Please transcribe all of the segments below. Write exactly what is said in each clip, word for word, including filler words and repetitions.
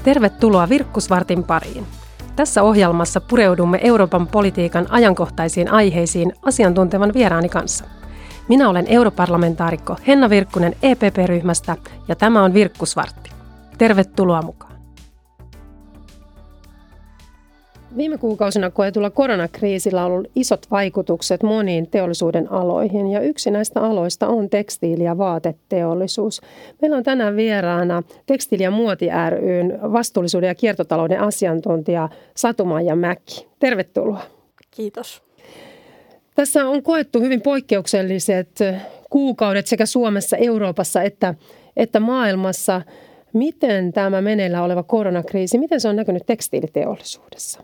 Tervetuloa Virkkusvartin pariin. Tässä ohjelmassa pureudumme Euroopan politiikan ajankohtaisiin aiheisiin asiantuntevan vieraani kanssa. Minä olen europarlamentaarikko Henna Virkkunen E P P-ryhmästä ja tämä on Virkkusvartti. Tervetuloa mukaan. Viime kuukausina koetulla koronakriisillä on ollut isot vaikutukset moniin teollisuuden aloihin ja yksi näistä aloista on tekstiili- ja vaateteollisuus. Meillä on tänään vieraana Tekstiili- ja muoti ry:n vastuullisuuden ja kiertotalouden asiantuntija Satu-Maija Mäki. Tervetuloa. Kiitos. Tässä on koettu hyvin poikkeukselliset kuukaudet sekä Suomessa, Euroopassa että, että maailmassa. Miten tämä meneillään oleva koronakriisi, miten se on näkynyt tekstiiliteollisuudessa?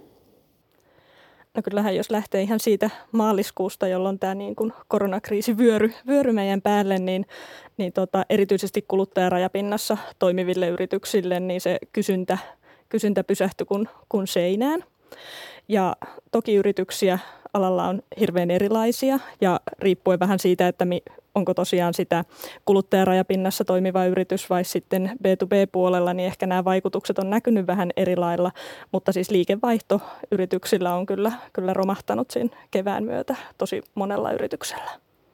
No kyllähän jos lähtee ihan siitä maaliskuusta, jolloin tämä niin kuin koronakriisi vyöry, vyöry meidän päälle, niin, niin tota, erityisesti kuluttajarajapinnassa toimiville yrityksille niin se kysyntä, kysyntä pysähtyi kuin, kuin seinään. Ja toki yrityksiä alalla on hirveän erilaisia ja riippuen vähän siitä, että mi, onko tosiaan sitä kuluttajarajapinnassa toimiva yritys vai sitten B to B-puolella, niin ehkä nämä vaikutukset on näkynyt vähän eri lailla, mutta siis liikevaihto yrityksillä on kyllä, kyllä romahtanut siinä kevään myötä tosi monella yrityksellä.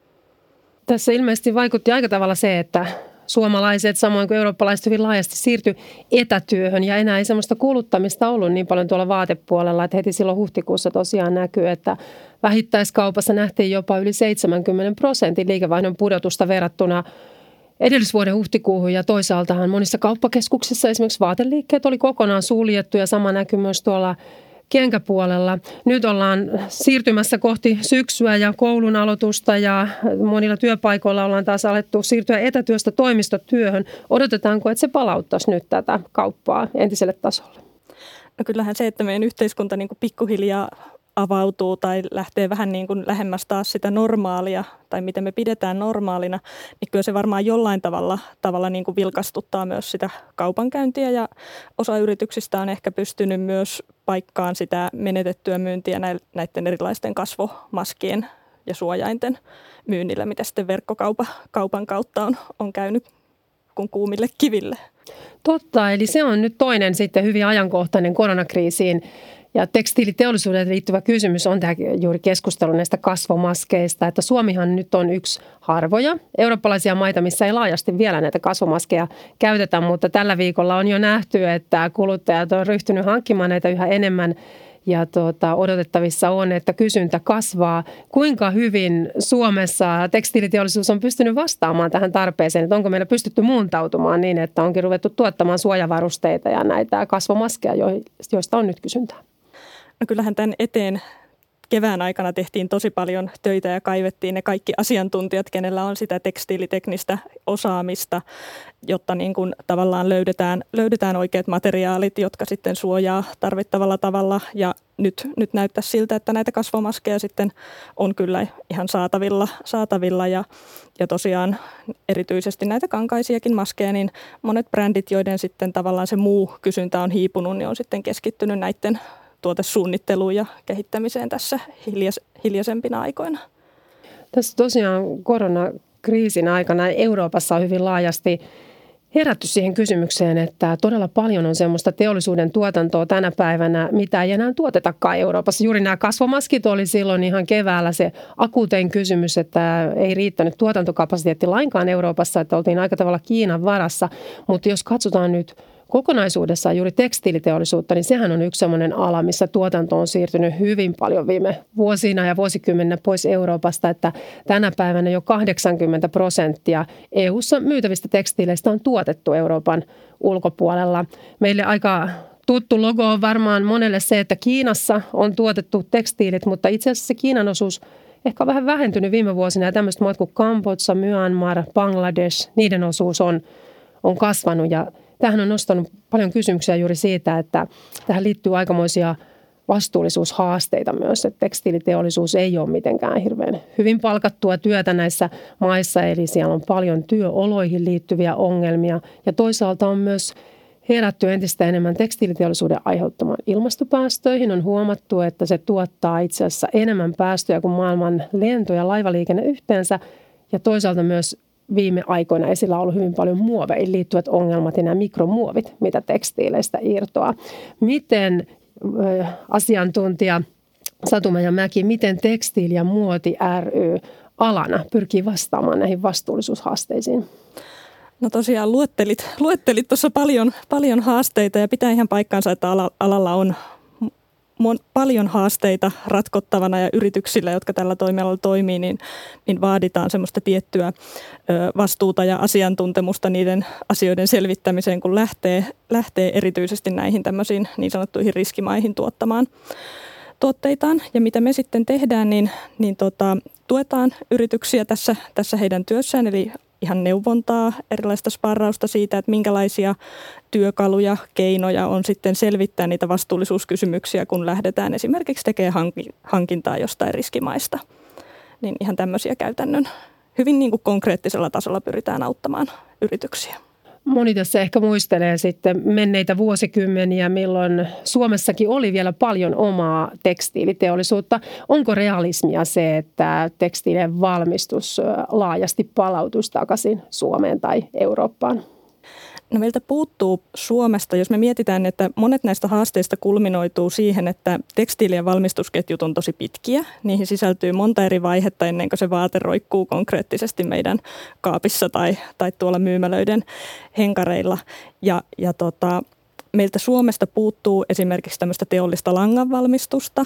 Tässä ilmeisesti vaikutti aika tavalla se, että suomalaiset samoin kuin eurooppalaiset hyvin laajasti siirtyi etätyöhön ja enää ei sellaista kuluttamista ollut niin paljon tuolla vaatepuolella, että heti silloin huhtikuussa tosiaan näkyy, että vähittäiskaupassa nähtiin jopa yli seitsemänkymmentä prosentin liikevaihdon pudotusta verrattuna edellisvuoden huhtikuuhun ja toisaaltahan monissa kauppakeskuksissa esimerkiksi vaateliikkeet oli kokonaan suljettu ja sama näkyy myös tuolla kenkäpuolella. Nyt ollaan siirtymässä kohti syksyä ja koulun aloitusta ja monilla työpaikoilla ollaan taas alettu siirtyä etätyöstä toimistotyöhön. Odotetaanko, että se palauttaisi nyt tätä kauppaa entiselle tasolle? No kyllähän se, että meidän yhteiskunta niin kuin pikkuhiljaa avautuu tai lähtee vähän niin kuin lähemmäs taas sitä normaalia tai miten me pidetään normaalina, niin kyllä se varmaan jollain tavalla, tavalla niin kuin vilkastuttaa myös sitä kaupankäyntiä ja osa yrityksistä on ehkä pystynyt myös paikkaan sitä menetettyä myyntiä näiden erilaisten kasvomaskien ja suojainten myynnillä, mitä sitten verkkokaupan kautta on, on käynyt kuin kuumille kiville. Totta, eli se on nyt toinen sitten hyvin ajankohtainen koronakriisiin ja tekstiiliteollisuuteen liittyvä kysymys on tämä juuri keskustelu näistä kasvomaskeista, että Suomihan nyt on yksi harvoja eurooppalaisia maita, missä ei laajasti vielä näitä kasvomaskeja käytetä, mutta tällä viikolla on jo nähty, että kuluttajat on ryhtynyt hankkimaan näitä yhä enemmän ja tuota, odotettavissa on, että kysyntä kasvaa. Kuinka hyvin Suomessa tekstiiliteollisuus on pystynyt vastaamaan tähän tarpeeseen, että onko meillä pystytty muuntautumaan niin, että onkin ruvettu tuottamaan suojavarusteita ja näitä kasvomaskeja, joista on nyt kysyntää? No kyllähän tämän eteen kevään aikana tehtiin tosi paljon töitä ja kaivettiin ne kaikki asiantuntijat, kenellä on sitä tekstiiliteknistä osaamista, jotta niin kuin tavallaan löydetään, löydetään oikeat materiaalit, jotka sitten suojaa tarvittavalla tavalla. Ja nyt, nyt näyttää siltä, että näitä kasvomaskeja sitten on kyllä ihan saatavilla, saatavilla ja, ja tosiaan erityisesti näitä kankaisiakin maskeja, niin monet brändit, joiden sitten tavallaan se muu kysyntä on hiipunut, niin on sitten keskittynyt näiden tuotesuunnitteluun ja kehittämiseen tässä hiljais, hiljaisempina aikoina. Tässä tosiaan koronakriisin aikana Euroopassa on hyvin laajasti herätty siihen kysymykseen, että todella paljon on semmoista teollisuuden tuotantoa tänä päivänä, mitä ei enää tuotetakaan Euroopassa. Juuri nämä kasvomaskit oli silloin ihan keväällä se akuutein kysymys, että ei riittänyt tuotantokapasiteetti lainkaan Euroopassa, että oltiin aika tavalla Kiinan varassa, mutta jos katsotaan nyt kokonaisuudessaan juuri tekstiiliteollisuutta, niin sehän on yksi sellainen ala, missä tuotanto on siirtynyt hyvin paljon viime vuosina ja vuosikymmenä pois Euroopasta, että tänä päivänä jo kahdeksankymmentä prosenttia E U:ssa myytävistä tekstiileistä on tuotettu Euroopan ulkopuolella. Meille aika tuttu logo on varmaan monelle se, että Kiinassa on tuotettu tekstiilit, mutta itse asiassa se Kiinan osuus ehkä on vähän vähentynyt viime vuosina ja tämmöiset maat kuin Kambodža, Myanmar, Bangladesh, niiden osuus on, on kasvanut ja tämähän on nostanut paljon kysymyksiä juuri siitä, että tähän liittyy aikamoisia vastuullisuushaasteita myös, että tekstiiliteollisuus ei ole mitenkään hirveän hyvin palkattua työtä näissä maissa, eli siellä on paljon työoloihin liittyviä ongelmia ja toisaalta on myös herätty entistä enemmän tekstiiliteollisuuden aiheuttamaan ilmastopäästöihin. On huomattu, että se tuottaa itse asiassa enemmän päästöjä kuin maailman lento- ja laivaliikenne yhteensä ja toisaalta myös viime aikoina esillä on ollut hyvin paljon muoveihin liittyvät ongelmat ja nämä mikromuovit, mitä tekstiileistä irtoaa. Miten ö, asiantuntija Satu-Maija Mäki, miten Tekstiili ja Muoti ry alana pyrkii vastaamaan näihin vastuullisuushaasteisiin? No tosiaan luettelit, luettelit tuossa paljon, paljon haasteita ja pitää ihan paikkansa, että alalla on mon, paljon haasteita ratkottavana ja yrityksillä, jotka tällä toimialalla toimii, niin, niin vaaditaan semmoista tiettyä ö, vastuuta ja asiantuntemusta niiden asioiden selvittämiseen, kun lähtee, lähtee erityisesti näihin tämmöisiin niin sanottuihin riskimaihin tuottamaan tuotteitaan. Ja mitä me sitten tehdään, niin, niin tota, tuetaan yrityksiä tässä, tässä heidän työssään, eli ihan neuvontaa, erilaista sparrausta siitä, että minkälaisia työkaluja, keinoja on sitten selvittää niitä vastuullisuuskysymyksiä, kun lähdetään esimerkiksi tekemään hankintaa jostain riskimaista. Niin ihan tämmöisiä käytännön, hyvin niin kuin konkreettisella tasolla pyritään auttamaan yrityksiä. Moni tässä ehkä muistelee sitten menneitä vuosikymmeniä, milloin Suomessakin oli vielä paljon omaa tekstiiliteollisuutta. Onko realismia se, että tekstiilien valmistus laajasti palautuisi takaisin Suomeen tai Eurooppaan? No meiltä puuttuu Suomesta, jos me mietitään, että monet näistä haasteista kulminoituu siihen, että tekstiilien valmistusketjut on tosi pitkiä. Niihin sisältyy monta eri vaihetta ennen kuin se vaate roikkuu konkreettisesti meidän kaapissa tai, tai tuolla myymälöiden henkareilla. Ja, ja tota, meiltä Suomesta puuttuu esimerkiksi tämmöistä teollista langanvalmistusta,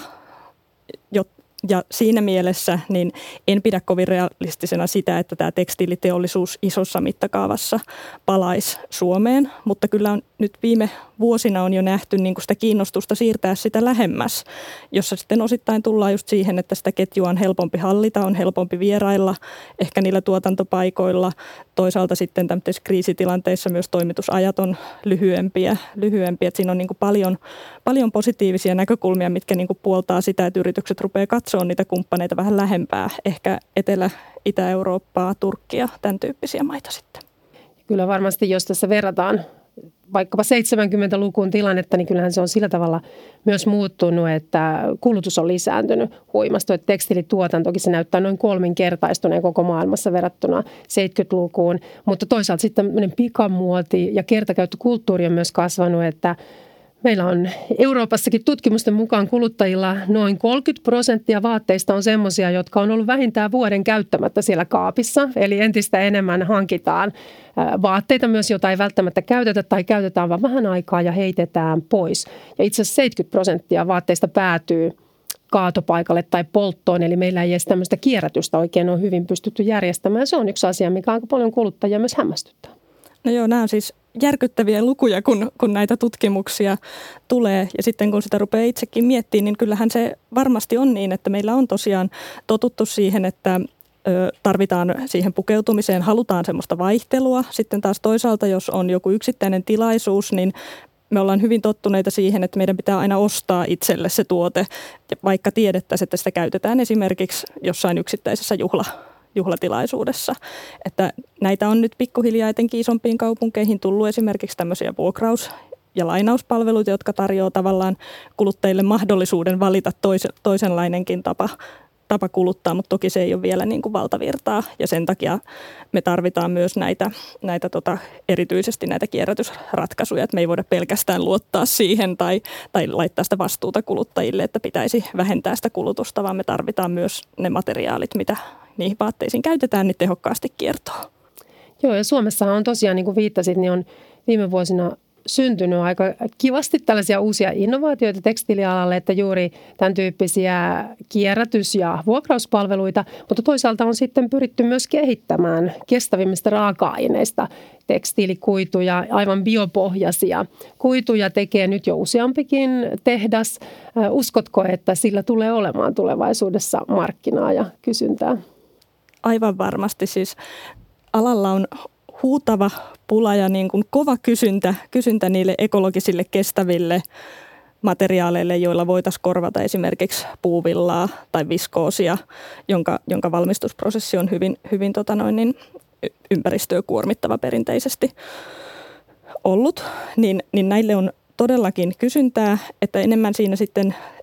jotta Ja siinä mielessä niin en pidä kovin realistisena sitä, että tämä tekstiiliteollisuus isossa mittakaavassa palaisi Suomeen, mutta kyllä on, nyt viime vuosina on jo nähty niin kuin sitä kiinnostusta siirtää sitä lähemmäs, jossa sitten osittain tullaan just siihen, että sitä ketjua on helpompi hallita, on helpompi vierailla ehkä niillä tuotantopaikoilla. Toisaalta sitten tämmöisissä kriisitilanteissa myös toimitusajat on lyhyempiä, lyhyempiä. Että siinä on niin kuin paljon, paljon positiivisia näkökulmia, mitkä niin kuin puoltaa sitä, että yritykset rupeaa katsoa niitä kumppaneita vähän lähempää, ehkä Etelä- Itä-Eurooppaa, Turkkia, tämän tyyppisiä maita sitten. Kyllä varmasti, jos tässä verrataan vaikkapa seitsemänkymmentälukuun tilannetta, niin kyllähän se on sillä tavalla myös muuttunut, että kulutus on lisääntynyt huimasti. Että tekstiilituotantokin se näyttää noin kolminkertaistuneen koko maailmassa verrattuna seitsemänkymmentälukuun, mutta toisaalta sitten tämmöinen pikamuoti ja kertakäyttökulttuuri on myös kasvanut, että meillä on Euroopassakin tutkimusten mukaan kuluttajilla noin kolmekymmentä prosenttia vaatteista on semmoisia, jotka on ollut vähintään vuoden käyttämättä siellä kaapissa. Eli entistä enemmän hankitaan vaatteita myös, jota ei välttämättä käytetä tai käytetään vain vähän aikaa ja heitetään pois. Ja itse asiassa seitsemänkymmentä prosenttia vaatteista päätyy kaatopaikalle tai polttoon, eli meillä ei edes tämmöistä kierrätystä oikein ole hyvin pystytty järjestämään. Se on yksi asia, mikä aika paljon kuluttajia myös hämmästyttää. No joo, nämä on siis järkyttäviä lukuja, kun, kun näitä tutkimuksia tulee. Ja sitten kun sitä rupeaa itsekin miettimään, niin kyllähän se varmasti on niin, että meillä on tosiaan totuttu siihen, että ö, tarvitaan siihen pukeutumiseen, halutaan semmoista vaihtelua. Sitten taas toisaalta, jos on joku yksittäinen tilaisuus, niin me ollaan hyvin tottuneita siihen, että meidän pitää aina ostaa itselle se tuote, vaikka tiedettäisiin, että sitä käytetään esimerkiksi jossain yksittäisessä juhla. juhlatilaisuudessa. Että näitä on nyt pikkuhiljaa etenkin isompiin kaupunkeihin tullut esimerkiksi tämmöisiä vuokraus- ja lainauspalveluita, jotka tarjoaa tavallaan kuluttajille mahdollisuuden valita tois, toisenlainenkin tapa, tapa kuluttaa, mutta toki se ei ole vielä niin kuin valtavirtaa ja sen takia me tarvitaan myös näitä, näitä tota, erityisesti näitä kierrätysratkaisuja, että me ei voida pelkästään luottaa siihen tai, tai laittaa sitä vastuuta kuluttajille, että pitäisi vähentää sitä kulutusta, vaan me tarvitaan myös ne materiaalit, mitä niihin vaatteisiin käytetään, niin tehokkaasti kiertoon. Joo, ja Suomessahan on tosiaan, niin kuin viittasit, niin on viime vuosina syntynyt aika kivasti tällaisia uusia innovaatioita tekstiilialalle, että juuri tämän tyyppisiä kierrätys- ja vuokrauspalveluita, mutta toisaalta on sitten pyritty myös kehittämään kestävimmistä raaka-aineista tekstiilikuituja, aivan biopohjaisia kuituja tekee nyt jo useampikin tehdas. Uskotko, että sillä tulee olemaan tulevaisuudessa markkinaa ja kysyntää? Aivan varmasti. Siis alalla on huutava pula ja niin kuin kova kysyntä, kysyntä niille ekologisille kestäville materiaaleille, joilla voitaisiin korvata esimerkiksi puuvillaa tai viskoosia, jonka, jonka valmistusprosessi on hyvin, hyvin tota noin, niin ympäristöä kuormittava perinteisesti ollut. Niin, niin näille on todellakin kysyntää, että enemmän siinä sitten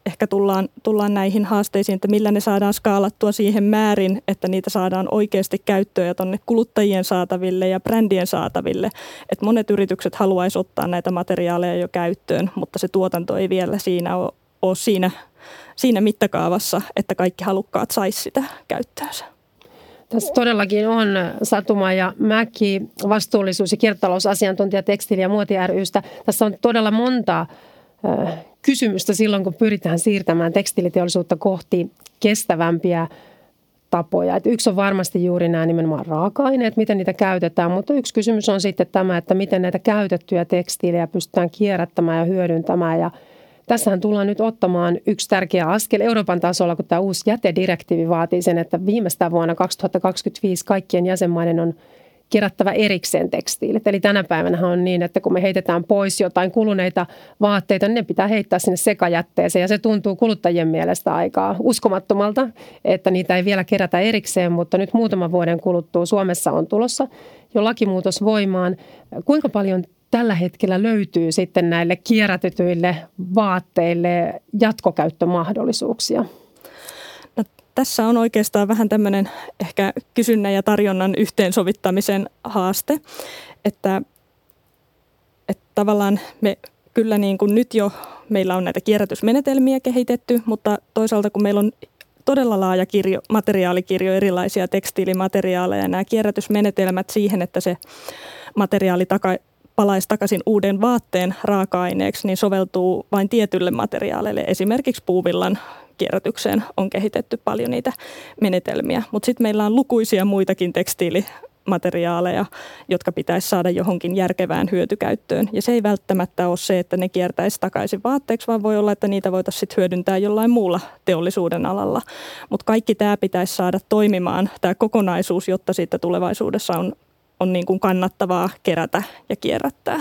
ehkä tullaan, tullaan näihin haasteisiin, että millä ne saadaan skaalattua siihen määrin, että niitä saadaan oikeasti käyttöön ja tuonne kuluttajien saataville ja brändien saataville. Että monet yritykset haluaisi ottaa näitä materiaaleja jo käyttöön, mutta se tuotanto ei vielä siinä ole, ole siinä, siinä mittakaavassa, että kaikki halukkaat saisi sitä käyttöönsä. Tässä todellakin on Satu-Maija Mäki, vastuullisuus- ja kiertotalousasiantuntija Tekstiili- ja Muoti ry:stä. Tässä on todella monta äh, kysymystä silloin, kun pyritään siirtämään tekstiiliteollisuutta kohti kestävämpiä tapoja. Et yksi on varmasti juuri nämä nimenomaan raaka-aineet, miten niitä käytetään, mutta yksi kysymys on sitten tämä, että miten näitä käytettyjä tekstiilejä pystytään kierrättämään ja hyödyntämään. Ja tässähän tullaan nyt ottamaan yksi tärkeä askel Euroopan tasolla, kun tämä uusi jätedirektiivi vaatii sen, että viimeistään vuonna kaksituhattakaksikymmentäviisi kaikkien jäsenmaiden on kerättävä erikseen tekstiilit. Eli tänä päivänä on niin, että kun me heitetään pois jotain kuluneita vaatteita, niin ne pitää heittää sinne sekajätteeseen. Ja se tuntuu kuluttajien mielestä aika uskomattomalta, että niitä ei vielä kerätä erikseen, mutta nyt muutaman vuoden kuluttua Suomessa on tulossa jo lakimuutos voimaan. Kuinka paljon tällä hetkellä löytyy sitten näille kierrätetyille vaatteille jatkokäyttömahdollisuuksia? No, tässä on oikeastaan vähän tämmöinen ehkä kysynnän ja tarjonnan yhteensovittamisen haaste, että, että tavallaan me kyllä niin kuin nyt jo meillä on näitä kierrätysmenetelmiä kehitetty, mutta toisaalta kun meillä on todella laaja kirjo, materiaalikirjo, erilaisia tekstiilimateriaaleja ja nämä kierrätysmenetelmät siihen, että se materiaali taka, palaisi takaisin uuden vaatteen raaka-aineeksi, niin soveltuu vain tietylle materiaalille. Esimerkiksi puuvillan kierrätykseen on kehitetty paljon niitä menetelmiä, mutta sitten meillä on lukuisia muitakin tekstiilimateriaaleja, jotka pitäisi saada johonkin järkevään hyötykäyttöön. Ja se ei välttämättä ole se, että ne kiertäisi takaisin vaatteeksi, vaan voi olla, että niitä voitaisiin sitten hyödyntää jollain muulla teollisuuden alalla. Mutta kaikki tämä pitäisi saada toimimaan, tämä kokonaisuus, jotta siitä tulevaisuudessa on on niin kuin kannattavaa kerätä ja kierrättää.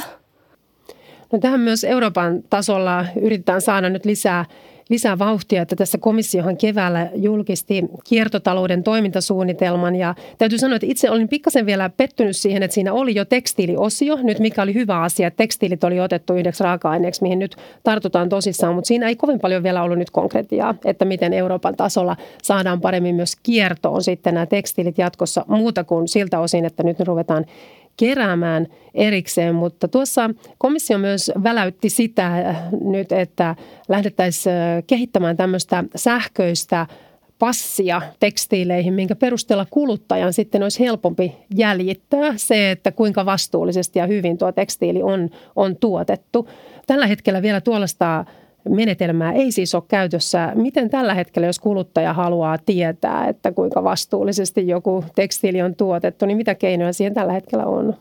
No tähän myös Euroopan tasolla yritetään saada nyt lisää, lisää vauhtia, että tässä komissiohan keväällä julkisti kiertotalouden toimintasuunnitelman ja täytyy sanoa, että itse olin pikkasen vielä pettynyt siihen, että siinä oli jo tekstiiliosio, nyt mikä oli hyvä asia, että tekstiilit oli otettu yhdeksi raaka-aineeksi, mihin nyt tartutaan tosissaan, mutta siinä ei kovin paljon vielä ollut nyt konkretiaa, että miten Euroopan tasolla saadaan paremmin myös kiertoon sitten nämä tekstiilit jatkossa muuta kuin siltä osin, että nyt ne ruvetaan keräämään erikseen, mutta tuossa komissio myös väläytti sitä nyt, että lähdettäisiin kehittämään tämmöistä sähköistä passia tekstiileihin, minkä perusteella kuluttajan sitten olisi helpompi jäljittää se, että kuinka vastuullisesti ja hyvin tuo tekstiili on, on tuotettu. Tällä hetkellä vielä tuollaista menetelmää ei siis ole käytössä. Miten tällä hetkellä, jos kuluttaja haluaa tietää, että kuinka vastuullisesti joku tekstiili on tuotettu, niin mitä keinoja siihen tällä hetkellä on?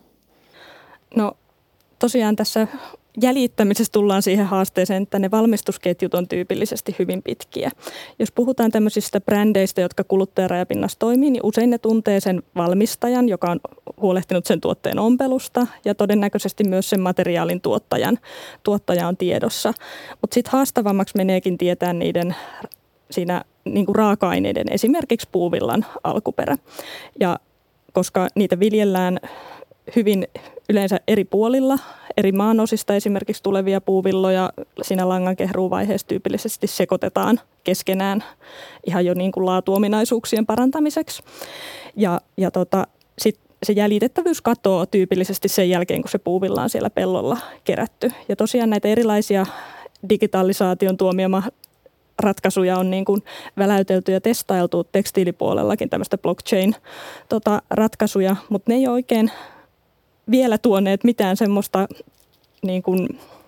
No tosiaan tässä jäljittämisessä tullaan siihen haasteeseen, että ne valmistusketjut on tyypillisesti hyvin pitkiä. Jos puhutaan tämmöisistä brändeistä, jotka kuluttajarajapinnassa toimii, niin usein ne tuntee sen valmistajan, joka on huolehtinut sen tuotteen ompelusta ja todennäköisesti myös sen materiaalin tuottajan. Tuottaja on tiedossa. Mutta sitten haastavammaksi meneekin tietää niiden siinä niin kuin raaka-aineiden, esimerkiksi puuvillan alkuperä. Ja koska niitä viljellään hyvin yleensä eri puolilla, eri maanosista esimerkiksi tulevia puuvilloja siinä langankehruuvaiheessa tyypillisesti sekoitetaan keskenään ihan jo niin kuin laatuominaisuuksien parantamiseksi. Ja, ja tota, sit se jäljitettävyys katoaa tyypillisesti sen jälkeen, kun se puuvilla on siellä pellolla kerätty. Ja tosiaan näitä erilaisia digitalisaation tuomia ratkaisuja on niin kuin väläytelty ja testailtu tekstiilipuolellakin tämmöistä blockchain-ratkaisuja, mutta ne ei ole oikein vielä tuoneet mitään semmoista niin kuin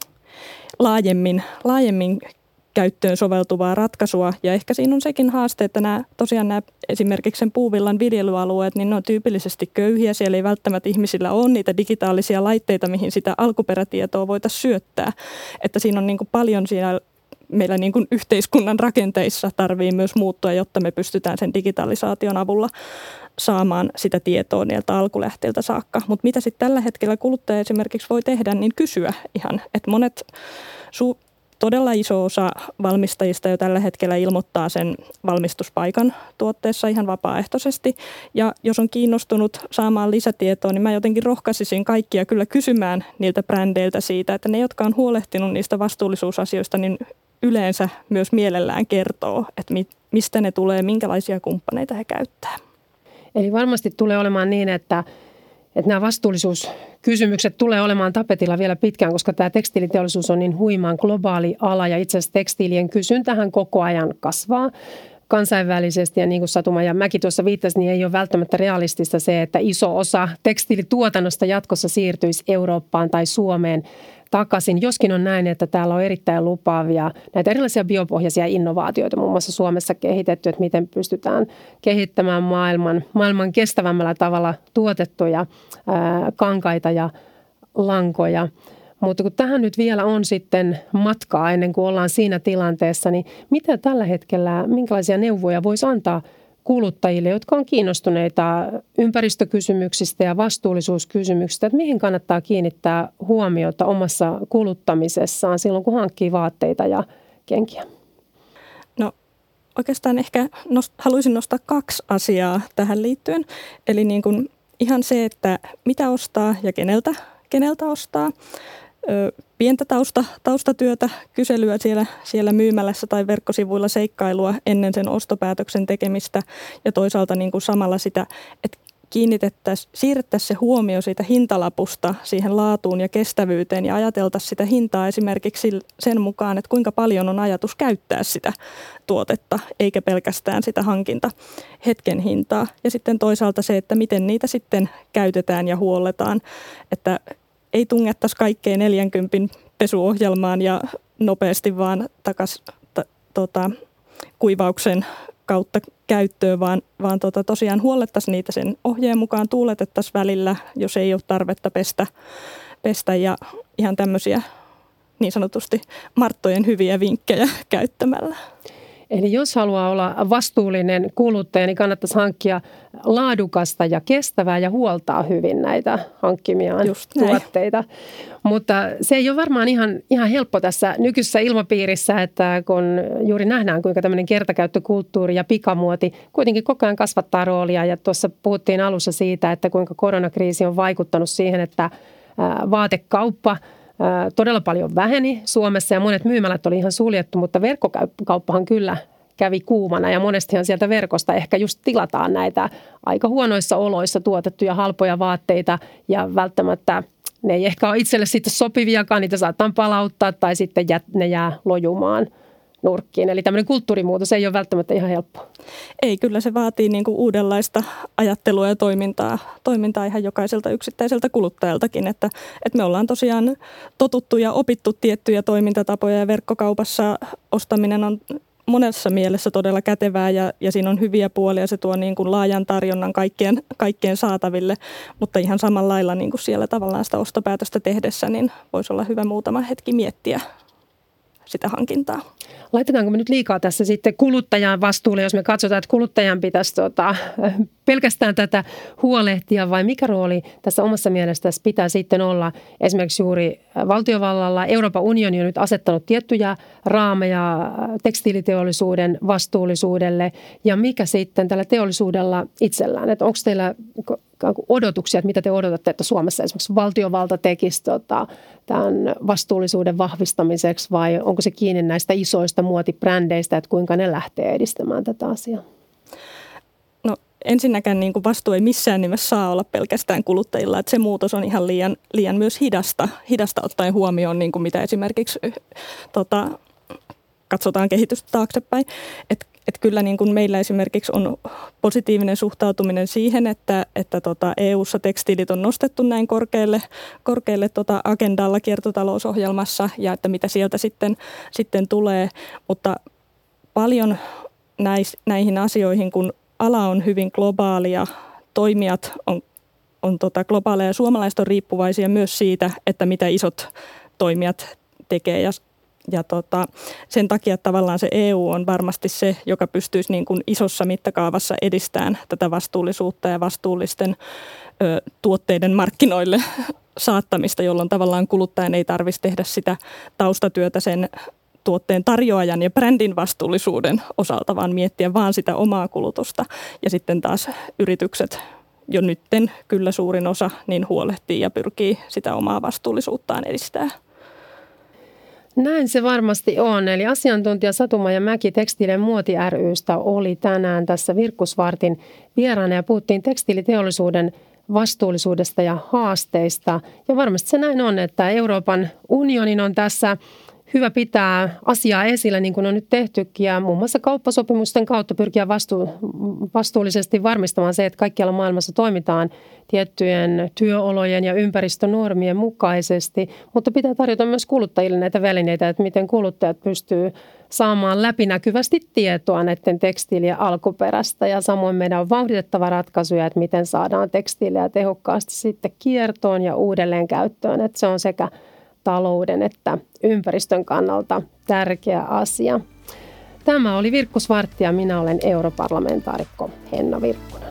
laajemmin, laajemmin käyttöön soveltuvaa ratkaisua. Ja ehkä siinä on sekin haaste, että nämä, tosiaan nämä esimerkiksi sen puuvillan viljelyalueet, niin ne on tyypillisesti köyhiä. Siellä ei välttämättä ihmisillä ole niitä digitaalisia laitteita, mihin sitä alkuperätietoa voitaisiin syöttää. Että siinä on niin kuin paljon siinä meillä niin kuin yhteiskunnan rakenteissa tarvii myös muuttua, jotta me pystytään sen digitalisaation avulla saamaan sitä tietoa niiltä alkulähteiltä saakka. Mutta mitä sitten tällä hetkellä kuluttaja esimerkiksi voi tehdä, niin kysyä ihan. Että monet, su, todella iso osa valmistajista jo tällä hetkellä ilmoittaa sen valmistuspaikan tuotteessa ihan vapaaehtoisesti. Ja jos on kiinnostunut saamaan lisätietoa, niin mä jotenkin rohkaisisin kaikkia kyllä kysymään niiltä brändeiltä siitä, että ne, jotka on huolehtinut niistä vastuullisuusasioista, niin yleensä myös mielellään kertoo, että mistä ne tulee, minkälaisia kumppaneita he käyttää. Eli varmasti tulee olemaan niin, että, että nämä vastuullisuuskysymykset tulee olemaan tapetilla vielä pitkään, koska tämä tekstiiliteollisuus on niin huimaan globaali ala ja itse asiassa tekstiilien kysyntähän koko ajan kasvaa kansainvälisesti. Ja niin kuin Satu-Maija Mäki tuossa viittasi, niin ei ole välttämättä realistista se, että iso osa tekstiilituotannosta jatkossa siirtyisi Eurooppaan tai Suomeen takaisin. Joskin on näin, että täällä on erittäin lupaavia näitä erilaisia biopohjaisia innovaatioita, muun muassa Suomessa kehitetty, että miten pystytään kehittämään maailman, maailman kestävämmällä tavalla tuotettuja ää, kankaita ja lankoja. Mutta kun tähän nyt vielä on sitten matkaa ennen kuin ollaan siinä tilanteessa, niin mitä tällä hetkellä, minkälaisia neuvoja voisi antaa kuluttajille, jotka on kiinnostuneita ympäristökysymyksistä ja vastuullisuuskysymyksistä, että mihin kannattaa kiinnittää huomiota omassa kuluttamisessaan silloin, kun hankkii vaatteita ja kenkiä? No oikeastaan ehkä nost- haluaisin nostaa kaksi asiaa tähän liittyen. Eli niin kuin ihan se, että mitä ostaa ja keneltä, keneltä ostaa. Ö, pientä tausta, taustatyötä, kyselyä siellä, siellä myymälässä tai verkkosivuilla, seikkailua ennen sen ostopäätöksen tekemistä ja toisaalta niin kuin samalla sitä, että kiinnitettäisiin, siirrettäisiin se huomio siitä hintalapusta siihen laatuun ja kestävyyteen ja ajateltaisiin sitä hintaa esimerkiksi sen mukaan, että kuinka paljon on ajatus käyttää sitä tuotetta, eikä pelkästään sitä hankinta hetken hintaa. Ja sitten toisaalta se, että miten niitä sitten käytetään ja huolletaan, että ei tungettaisi kaikkeen neljänkympin pesuohjelmaan ja nopeasti vaan takaisin ta, tota, kuivauksen kautta käyttöön, vaan, vaan tota, tosiaan huollettaisiin niitä sen ohjeen mukaan, tuuletettaisiin välillä, jos ei ole tarvetta pestä, pestä ja ihan tämmöisiä niin sanotusti Marttojen hyviä vinkkejä käyttämällä. Eli jos haluaa olla vastuullinen kuluttaja, niin kannattaisi hankkia laadukasta ja kestävää ja huoltaa hyvin näitä hankkimiaan tuotteita. Mutta se ei ole varmaan ihan, ihan helppo tässä nykyisessä ilmapiirissä, että kun juuri nähdään, kuinka tämmöinen kertakäyttökulttuuri ja pikamuoti kuitenkin koko ajan kasvattaa roolia. Ja tuossa puhuttiin alussa siitä, että kuinka koronakriisi on vaikuttanut siihen, että vaatekauppa todella paljon väheni Suomessa ja monet myymälät oli ihan suljettu, mutta verkkokauppahan kyllä kävi kuumana ja monestihan sieltä verkosta ehkä just tilataan näitä aika huonoissa oloissa tuotettuja halpoja vaatteita ja välttämättä ne ei ehkä ole itselle sitten sopiviakaan, niitä saattaa palauttaa tai sitten ne jää lojumaan nurkkiin. Eli tämmöinen kulttuurimuutos ei ole välttämättä ihan helppoa. Ei, kyllä se vaatii niin kuin uudenlaista ajattelua ja toimintaa, toimintaa ihan jokaiselta yksittäiseltä kuluttajaltakin. Että, että me ollaan tosiaan totuttu ja opittu tiettyjä toimintatapoja ja verkkokaupassa ostaminen on monessa mielessä todella kätevää ja, ja siinä on hyviä puolia. Se tuo niin kuin laajan tarjonnan kaikkien, kaikkien saataville, mutta ihan samalla lailla niin kuin siellä tavallaan sitä ostopäätöstä tehdessä, niin voisi olla hyvä muutama hetki miettiä sitä hankintaa. Laitetaanko me nyt liikaa tässä sitten kuluttajan vastuulle, jos me katsotaan, että kuluttajan pitäisi tota, pelkästään tätä huolehtia vai mikä rooli tässä omassa mielestäsi pitää sitten olla esimerkiksi juuri valtiovallalla? Euroopan unioni on nyt asettanut tiettyjä raameja tekstiiliteollisuuden vastuullisuudelle ja mikä sitten tällä teollisuudella itsellään? Että onko teillä odotuksia, että mitä te odotatte, että Suomessa esimerkiksi valtiovalta tekisi tota, tämän vastuullisuuden vahvistamiseksi vai onko se kiinni näistä isoista muotibrändeistä, että kuinka ne lähtee edistämään tätä asiaa? No ensinnäkään niin kuin vastuu ei missään nimessä saa olla pelkästään kuluttajilla, että se muutos on ihan liian, liian myös hidasta, hidasta ottaen huomioon, niin kuin mitä esimerkiksi tota, katsotaan kehitystä taaksepäin, että Että kyllä niin kuin meillä esimerkiksi on positiivinen suhtautuminen siihen, että, että tota E U:ssa tekstiilit on nostettu näin korkealle, korkealle tota agendalla kiertotalousohjelmassa ja että mitä sieltä sitten, sitten tulee. Mutta paljon näis, näihin asioihin, kun ala on hyvin globaali ja toimijat on, on tota globaaleja ja suomalaiset on riippuvaisia myös siitä, että mitä isot toimijat tekee ja Ja tota, sen takia tavallaan se E U on varmasti se, joka pystyisi niin kuin isossa mittakaavassa edistämään tätä vastuullisuutta ja vastuullisten ö, tuotteiden markkinoille saattamista, jolloin tavallaan kuluttajan ei tarvitsisi tehdä sitä taustatyötä sen tuotteen tarjoajan ja brändin vastuullisuuden osalta, vaan miettiä vaan sitä omaa kulutusta. Ja sitten taas yritykset jo nytten kyllä suurin osa niin huolehtii ja pyrkii sitä omaa vastuullisuuttaan edistää. Näin se varmasti on. Eli asiantuntija Satu-Maija Mäki Tekstiilien muoti ry:stä oli tänään tässä Virkkusvartin vieraana ja puhuttiin tekstiiliteollisuuden vastuullisuudesta ja haasteista. Ja varmasti se näin on, että Euroopan unionin on tässä hyvä pitää asiaa esillä, niin kuin on nyt tehtykin, ja muun muassa kauppasopimusten kautta pyrkiä vastu- vastuullisesti varmistamaan se, että kaikkialla maailmassa toimitaan tiettyjen työolojen ja ympäristönormien mukaisesti, mutta pitää tarjota myös kuluttajille näitä välineitä, että miten kuluttajat pystyy saamaan läpinäkyvästi tietoa näiden tekstiilien alkuperästä, ja samoin meidän on vauhditettava ratkaisuja, että miten saadaan tekstiilejä tehokkaasti sitten kiertoon ja uudelleen käyttöön, että se on sekä talouden että ympäristön kannalta tärkeä asia. Tämä oli Virkkusvartti ja minä olen europarlamentaarikko Henna Virkkunen.